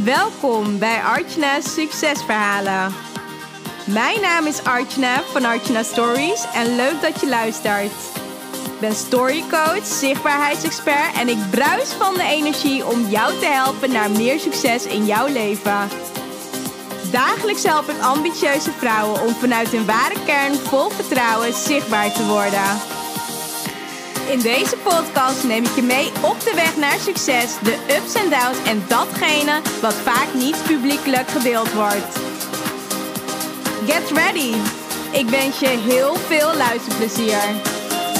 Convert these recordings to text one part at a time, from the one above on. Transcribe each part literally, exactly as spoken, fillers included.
Welkom bij Archana's Succesverhalen. Mijn naam is Archana van Archana Stories en leuk dat je luistert. Ik ben storycoach, zichtbaarheidsexpert en ik bruis van de energie om jou te helpen naar meer succes in jouw leven. Dagelijks help ik ambitieuze vrouwen om vanuit hun ware kern vol vertrouwen zichtbaar te worden. In deze podcast neem ik je mee op de weg naar succes, de ups en downs en datgene wat vaak niet publiekelijk gedeeld wordt. Get ready! Ik wens je heel veel luisterplezier.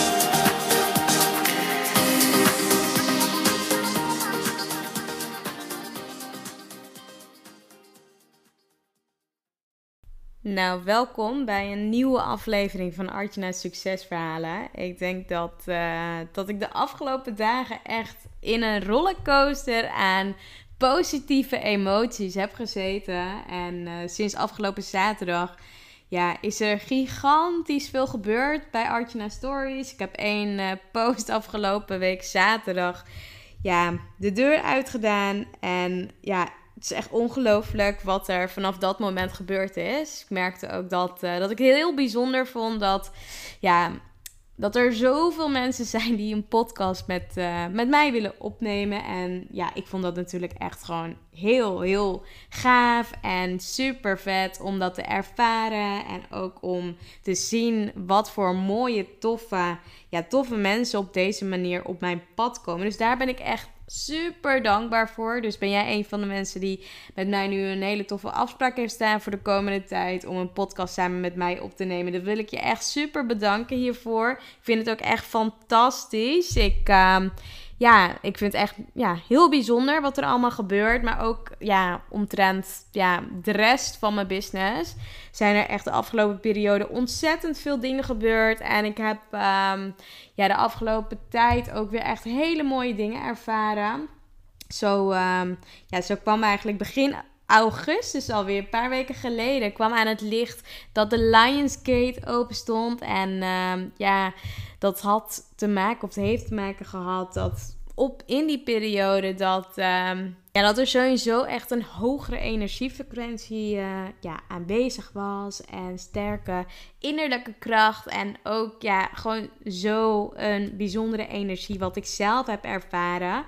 Nou, welkom bij een nieuwe aflevering van Archana's Succesverhalen. Ik denk dat, uh, dat ik de afgelopen dagen echt in een rollercoaster aan positieve emoties heb gezeten. En uh, sinds afgelopen zaterdag ja, is er gigantisch veel gebeurd bij Archana Stories. Ik heb één uh, post afgelopen week zaterdag ja, de deur uitgedaan. En ja, het is echt ongelooflijk wat er vanaf dat moment gebeurd is. Ik merkte ook dat, uh, dat ik heel, heel bijzonder vond dat, ja, dat er zoveel mensen zijn die een podcast met, uh, met mij willen opnemen. En ja, ik vond dat natuurlijk echt gewoon heel, heel gaaf en super vet om dat te ervaren. En ook om te zien wat voor mooie, toffe, ja, toffe mensen op deze manier op mijn pad komen. Dus daar ben ik echt super dankbaar voor. Dus ben jij een van de mensen die met mij nu een hele toffe afspraak heeft staan voor de komende tijd om een podcast samen met mij op te nemen. Dan wil ik je echt super bedanken hiervoor. Ik vind het ook echt fantastisch. Ik, uh, ja, ik vind het echt ja, heel bijzonder wat er allemaal gebeurt. Maar ook ja, omtrent ja, de rest van mijn business zijn er echt de afgelopen periode ontzettend veel dingen gebeurd. En ik heb um, ja, de afgelopen tijd ook weer echt hele mooie dingen ervaren. Zo, um, ja, zo kwam eigenlijk begin augustus, alweer een paar weken geleden, kwam aan het licht dat de Lionsgate open stond. En um, ja, dat had te maken, of het heeft te maken gehad, dat op in die periode dat, um, ja, dat er sowieso echt een hogere energiefrequentie uh, ja, aanwezig was. En sterke innerlijke kracht. En ook ja, gewoon zo een bijzondere energie wat ik zelf heb ervaren.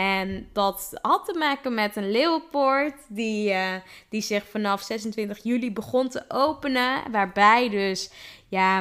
En dat had te maken met een leeuwenpoort die, uh, die zich vanaf zesentwintig juli begon te openen. Waarbij dus ja,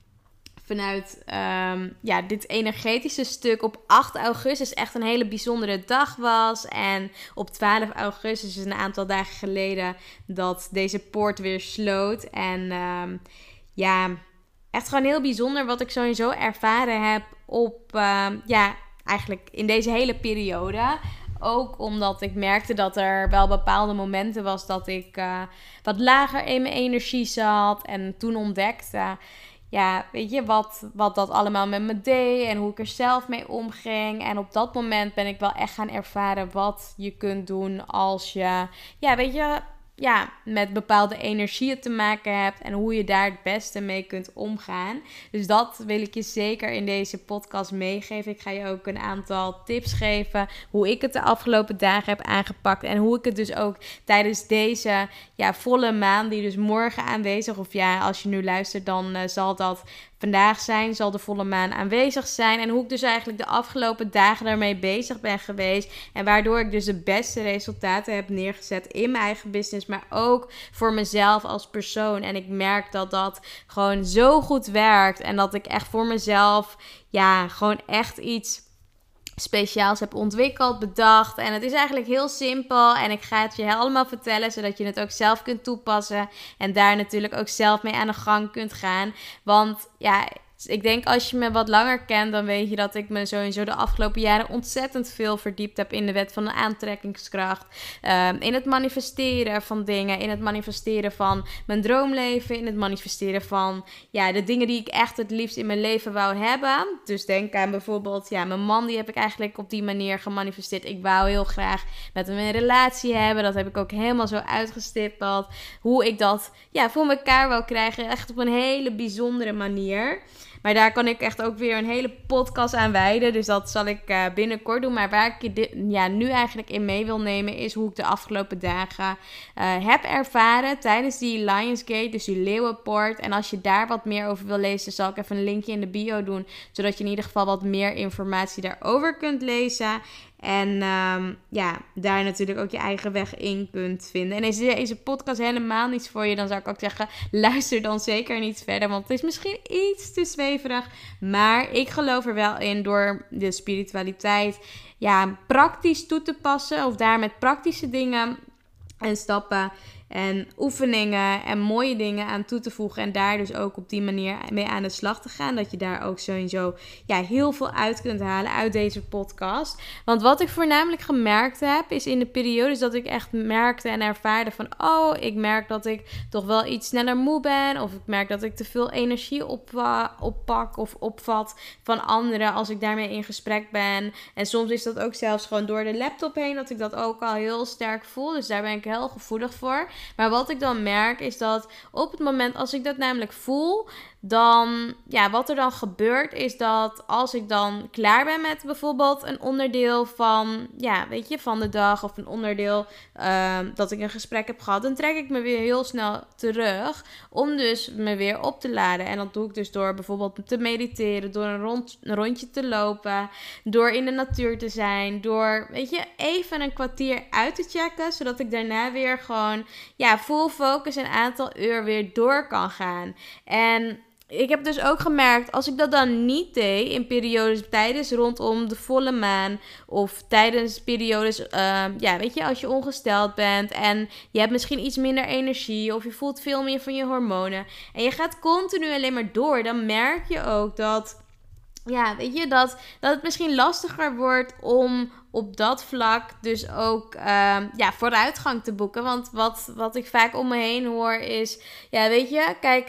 vanuit um, ja, dit energetische stuk op acht augustus echt een hele bijzondere dag was. En op twaalf augustus, dus een aantal dagen geleden, dat deze poort weer sloot. En um, ja, echt gewoon heel bijzonder wat ik sowieso ervaren heb op, um, ja, eigenlijk in deze hele periode. Ook omdat ik merkte dat er wel bepaalde momenten was dat ik uh, wat lager in mijn energie zat. En toen ontdekte, ja, weet je, wat, wat dat allemaal met me deed en hoe ik er zelf mee omging. En op dat moment ben ik wel echt gaan ervaren wat je kunt doen als je, ja, weet je, ja, met bepaalde energieën te maken hebt en hoe je daar het beste mee kunt omgaan. Dus dat wil ik je zeker in deze podcast meegeven. Ik ga je ook een aantal tips geven hoe ik het de afgelopen dagen heb aangepakt en hoe ik het dus ook tijdens deze ja, volle maan, die dus morgen aanwezig, of ja, als je nu luistert, dan uh, zal dat vandaag zijn, zal de volle maan aanwezig zijn. En hoe ik dus eigenlijk de afgelopen dagen daarmee bezig ben geweest. En waardoor ik dus de beste resultaten heb neergezet in mijn eigen business. Maar ook voor mezelf als persoon. En ik merk dat dat gewoon zo goed werkt. En dat ik echt voor mezelf ja, gewoon echt iets speciaals heb ontwikkeld, bedacht. En het is eigenlijk heel simpel. En ik ga het je allemaal vertellen, zodat je het ook zelf kunt toepassen. En daar natuurlijk ook zelf mee aan de gang kunt gaan. Want ja, ik denk als je me wat langer kent, dan weet je dat ik me sowieso de afgelopen jaren ontzettend veel verdiept heb in de wet van de aantrekkingskracht. Um, in het manifesteren van dingen, in het manifesteren van mijn droomleven, in het manifesteren van ja, de dingen die ik echt het liefst in mijn leven wou hebben. Dus denk aan bijvoorbeeld, ja, mijn man, die heb ik eigenlijk op die manier gemanifesteerd. Ik wou heel graag met hem een relatie hebben. Dat heb ik ook helemaal zo uitgestippeld. Hoe ik dat ja, voor elkaar wou krijgen, echt op een hele bijzondere manier. Maar daar kan ik echt ook weer een hele podcast aan wijden. Dus dat zal ik uh, binnenkort doen. Maar waar ik je dit, ja, nu eigenlijk in mee wil nemen is hoe ik de afgelopen dagen uh, heb ervaren tijdens die Lionsgate, dus die Leeuwenpoort. En als je daar wat meer over wil lezen, zal ik even een linkje in de bio doen, zodat je in ieder geval wat meer informatie daarover kunt lezen. En um, ja, daar natuurlijk ook je eigen weg in kunt vinden. En is deze podcast helemaal niets voor je, dan zou ik ook zeggen, luister dan zeker niet verder. Want het is misschien iets te zweverig. Maar ik geloof er wel in door de spiritualiteit ja, praktisch toe te passen. Of daar met praktische dingen en stappen en oefeningen en mooie dingen aan toe te voegen. En daar dus ook op die manier mee aan de slag te gaan. Dat je daar ook sowieso ja, heel veel uit kunt halen uit deze podcast. Want wat ik voornamelijk gemerkt heb, is in de periodes dat ik echt merkte en ervaarde van, oh, ik merk dat ik toch wel iets sneller moe ben. Of ik merk dat ik te veel energie op, uh, oppak of opvat van anderen als ik daarmee in gesprek ben. En soms is dat ook zelfs gewoon door de laptop heen, dat ik dat ook al heel sterk voel. Dus daar ben ik heel gevoelig voor. Maar wat ik dan merk is dat op het moment als ik dat namelijk voel, dan, ja, wat er dan gebeurt is dat als ik dan klaar ben met bijvoorbeeld een onderdeel van, ja, weet je, van de dag of een onderdeel uh, dat ik een gesprek heb gehad, dan trek ik me weer heel snel terug om dus me weer op te laden. En dat doe ik dus door bijvoorbeeld te mediteren, door een, rond, een rondje te lopen, door in de natuur te zijn, door, weet je, even een kwartier uit te checken, zodat ik daarna weer gewoon, ja, full focus een aantal uur weer door kan gaan. En ik heb dus ook gemerkt, als ik dat dan niet deed in periodes tijdens rondom de volle maan of tijdens periodes, uh, ja, weet je, als je ongesteld bent en je hebt misschien iets minder energie of je voelt veel meer van je hormonen en je gaat continu alleen maar door, dan merk je ook dat, ja, weet je, dat, dat het misschien lastiger wordt om op dat vlak dus ook uh, ja, vooruitgang te boeken. Want wat, wat ik vaak om me heen hoor is, ja, weet je, kijk,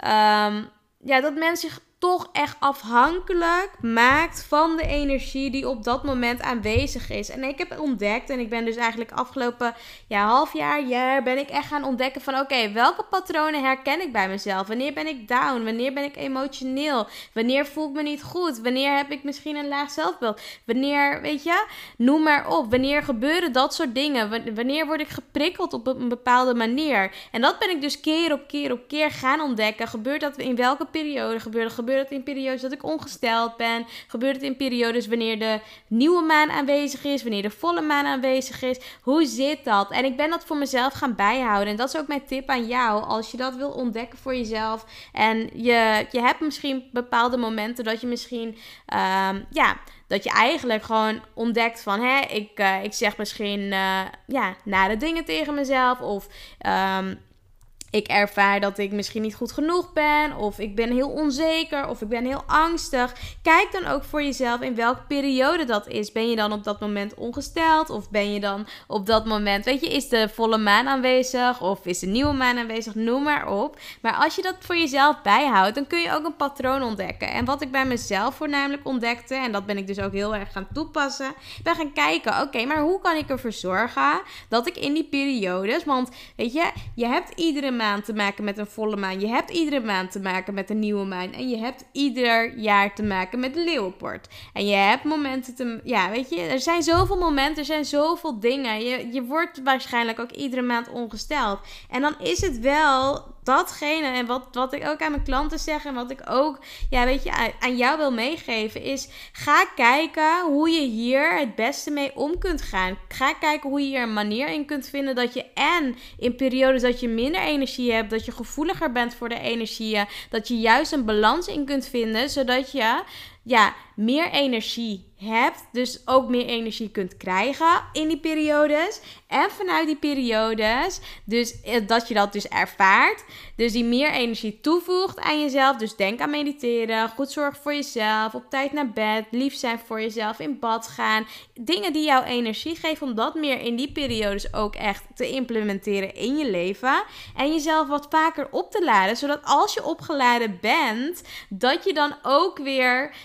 um, ja, dat mensen zich toch echt afhankelijk maakt van de energie die op dat moment aanwezig is. En ik heb ontdekt, en ik ben dus eigenlijk afgelopen ja, half jaar, jaar, ben ik echt gaan ontdekken van oké, okay, welke patronen herken ik bij mezelf? Wanneer ben ik down? Wanneer ben ik emotioneel? Wanneer voel ik me niet goed? Wanneer heb ik misschien een laag zelfbeeld? Wanneer, weet je, noem maar op. Wanneer gebeuren dat soort dingen? Wanneer word ik geprikkeld op een bepaalde manier? En dat ben ik dus keer op keer op keer gaan ontdekken. Gebeurt dat in welke periode? Gebeurt dat? Gebeurt het in periodes dat ik ongesteld ben? Gebeurt het in periodes wanneer de nieuwe maan aanwezig is? Wanneer de volle maan aanwezig is? Hoe zit dat? En ik ben dat voor mezelf gaan bijhouden. En dat is ook mijn tip aan jou. Als je dat wil ontdekken voor jezelf. En je, je hebt misschien bepaalde momenten dat je misschien, um, ja, dat je eigenlijk gewoon ontdekt van, hè, ik, uh, ik zeg misschien, uh, ja, nare dingen tegen mezelf. Of, um, ik ervaar dat ik misschien niet goed genoeg ben. Of ik ben heel onzeker. Of ik ben heel angstig. Kijk dan ook voor jezelf in welke periode dat is. Ben je dan op dat moment ongesteld? Of ben je dan op dat moment, weet je, is de volle maan aanwezig? Of is de nieuwe maan aanwezig? Noem maar op. Maar als je dat voor jezelf bijhoudt, dan kun je ook een patroon ontdekken. En wat ik bij mezelf voornamelijk ontdekte, en dat ben ik dus ook heel erg gaan toepassen. Ik ben gaan kijken, oké, okay, maar hoe kan ik ervoor zorgen dat ik in die periodes, want weet je, je hebt iedere maand te maken met een volle maan. Je hebt iedere maand te maken met een nieuwe maan. En je hebt ieder jaar te maken met de Leeuwenpoort. En je hebt momenten te... Ja, weet je, er zijn zoveel momenten, er zijn zoveel dingen. Je, je wordt waarschijnlijk ook iedere maand ongesteld. En dan is het wel datgene, en wat, wat ik ook aan mijn klanten zeg en wat ik ook, ja, weet je, aan, aan jou wil meegeven, is ga kijken hoe je hier het beste mee om kunt gaan. Ga kijken hoe je hier een manier in kunt vinden dat je en in periodes dat je minder energie hebt, dat je gevoeliger bent voor de energieën, dat je juist een balans in kunt vinden, zodat je ja, meer energie hebt, dus ook meer energie kunt krijgen in die periodes. En vanuit die periodes, dus dat je dat dus ervaart, dus die meer energie toevoegt aan jezelf. Dus denk aan mediteren, goed zorgen voor jezelf, op tijd naar bed, lief zijn voor jezelf, in bad gaan. Dingen die jou energie geven, om dat meer in die periodes ook echt te implementeren in je leven. En jezelf wat vaker op te laden, zodat als je opgeladen bent, dat je dan ook weer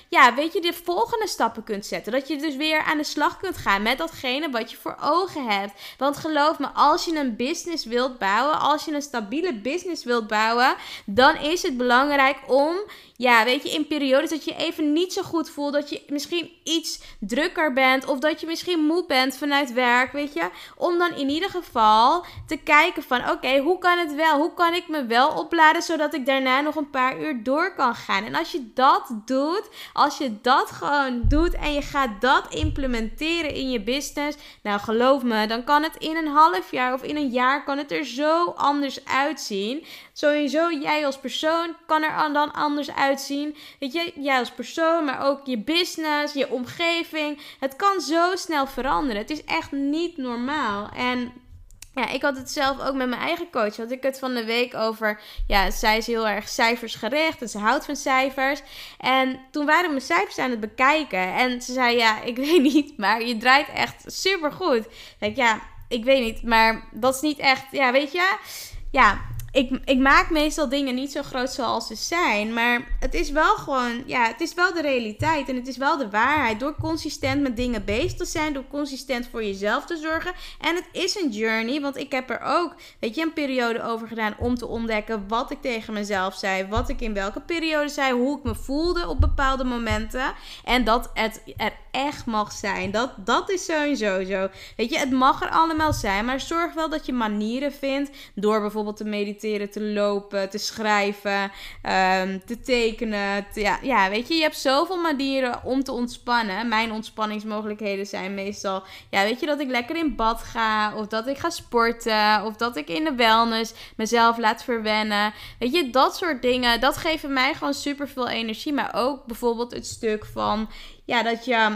ja, weet je, de volgende stappen kunt zetten. Dat je dus weer aan de slag kunt gaan met datgene wat je voor ogen hebt. Want geloof me, als je een business wilt bouwen, als je een stabiele business wilt bouwen, dan is het belangrijk om, ja, weet je, in periodes dat je even niet zo goed voelt, dat je misschien iets drukker bent of dat je misschien moe bent vanuit werk, weet je, om dan in ieder geval te kijken van, oké, okay, hoe kan het wel? Hoe kan ik me wel opladen zodat ik daarna nog een paar uur door kan gaan? En als je dat doet, als je dat gewoon doet en je gaat dat implementeren in je business, nou geloof me, dan kan het in een half jaar of in een jaar kan het er zo anders uitzien. Sowieso, jij als persoon kan er dan anders uitzien. Weet je, jij als persoon, maar ook je business, je omgeving. Het kan zo snel veranderen. Het is echt niet normaal. En ja, ik had het zelf ook met mijn eigen coach. Had ik het van de week over. Ja, zij is heel erg cijfersgericht. En ze houdt van cijfers. En toen waren we mijn cijfers aan het bekijken. En ze zei, ja, ik weet niet, maar je draait echt supergoed. Ik denk, ja, ik weet niet, maar dat is niet echt, ja, weet je, ja. Ik, ik maak meestal dingen niet zo groot zoals ze zijn. Maar het is wel gewoon, ja, het is wel de realiteit. En het is wel de waarheid. Door consistent met dingen bezig te zijn. Door consistent voor jezelf te zorgen. En het is een journey. Want ik heb er ook, weet je, een periode over gedaan om te ontdekken wat ik tegen mezelf zei. Wat ik in welke periode zei. Hoe ik me voelde op bepaalde momenten. En dat het er echt mag zijn. Dat, dat is sowieso zo. Weet je, het mag er allemaal zijn. Maar zorg wel dat je manieren vindt. Door bijvoorbeeld te mediteren, te lopen, te schrijven, um, te tekenen. Te, ja, ja, weet je, je hebt zoveel manieren om te ontspannen. Mijn ontspanningsmogelijkheden zijn meestal, ja, weet je, dat ik lekker in bad ga, of dat ik ga sporten, of dat ik in de wellness mezelf laat verwennen. Weet je, dat soort dingen, dat geeft mij gewoon super veel energie. Maar ook bijvoorbeeld het stuk van, ja, dat je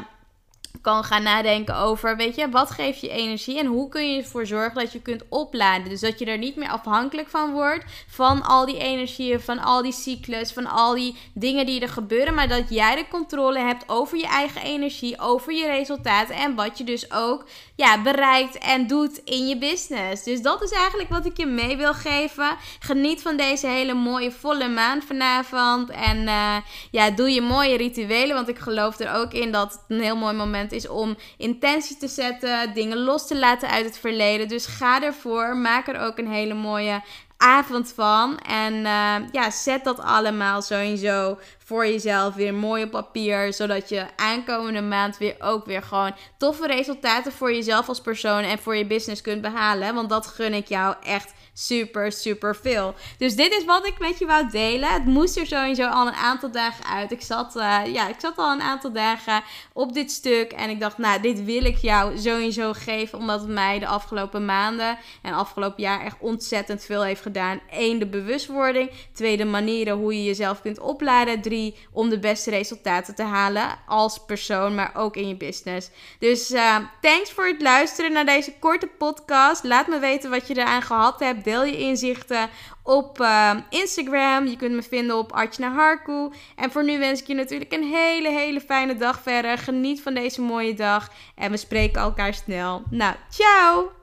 kan gaan nadenken over, weet je, wat geeft je energie en hoe kun je ervoor zorgen dat je kunt opladen. Dus dat je er niet meer afhankelijk van wordt, van al die energieën, van al die cyclus, van al die dingen die er gebeuren, maar dat jij de controle hebt over je eigen energie, over je resultaten en wat je dus ook, ja, bereikt en doet in je business. Dus dat is eigenlijk wat ik je mee wil geven. Geniet van deze hele mooie volle maan vanavond en uh, ja, doe je mooie rituelen, want ik geloof er ook in dat het een heel mooi moment is om intentie te zetten, dingen los te laten uit het verleden. Dus ga ervoor, maak er ook een hele mooie avond van. En uh, ja, zet dat allemaal sowieso voor jezelf weer mooi op papier, zodat je aankomende maand weer ook weer gewoon toffe resultaten voor jezelf als persoon en voor je business kunt behalen. Want dat gun ik jou echt super, super veel. Dus dit is wat ik met je wou delen. Het moest er sowieso al een aantal dagen uit. Ik zat, uh, ja, ik zat al een aantal dagen op dit stuk. En ik dacht, nou, dit wil ik jou sowieso geven. Omdat het mij de afgelopen maanden en afgelopen jaar echt ontzettend veel heeft gedaan. Eén, de bewustwording. Twee, de manieren hoe je jezelf kunt opladen. Drie, om de beste resultaten te halen als persoon, maar ook in je business. Dus uh, thanks voor het luisteren naar deze korte podcast. Laat me weten wat je eraan gehad hebt. Deel je inzichten op uh, Instagram. Je kunt me vinden op Archana Harku. En voor nu wens ik je natuurlijk een hele, hele fijne dag verder. Geniet van deze mooie dag. En we spreken elkaar snel. Nou, ciao!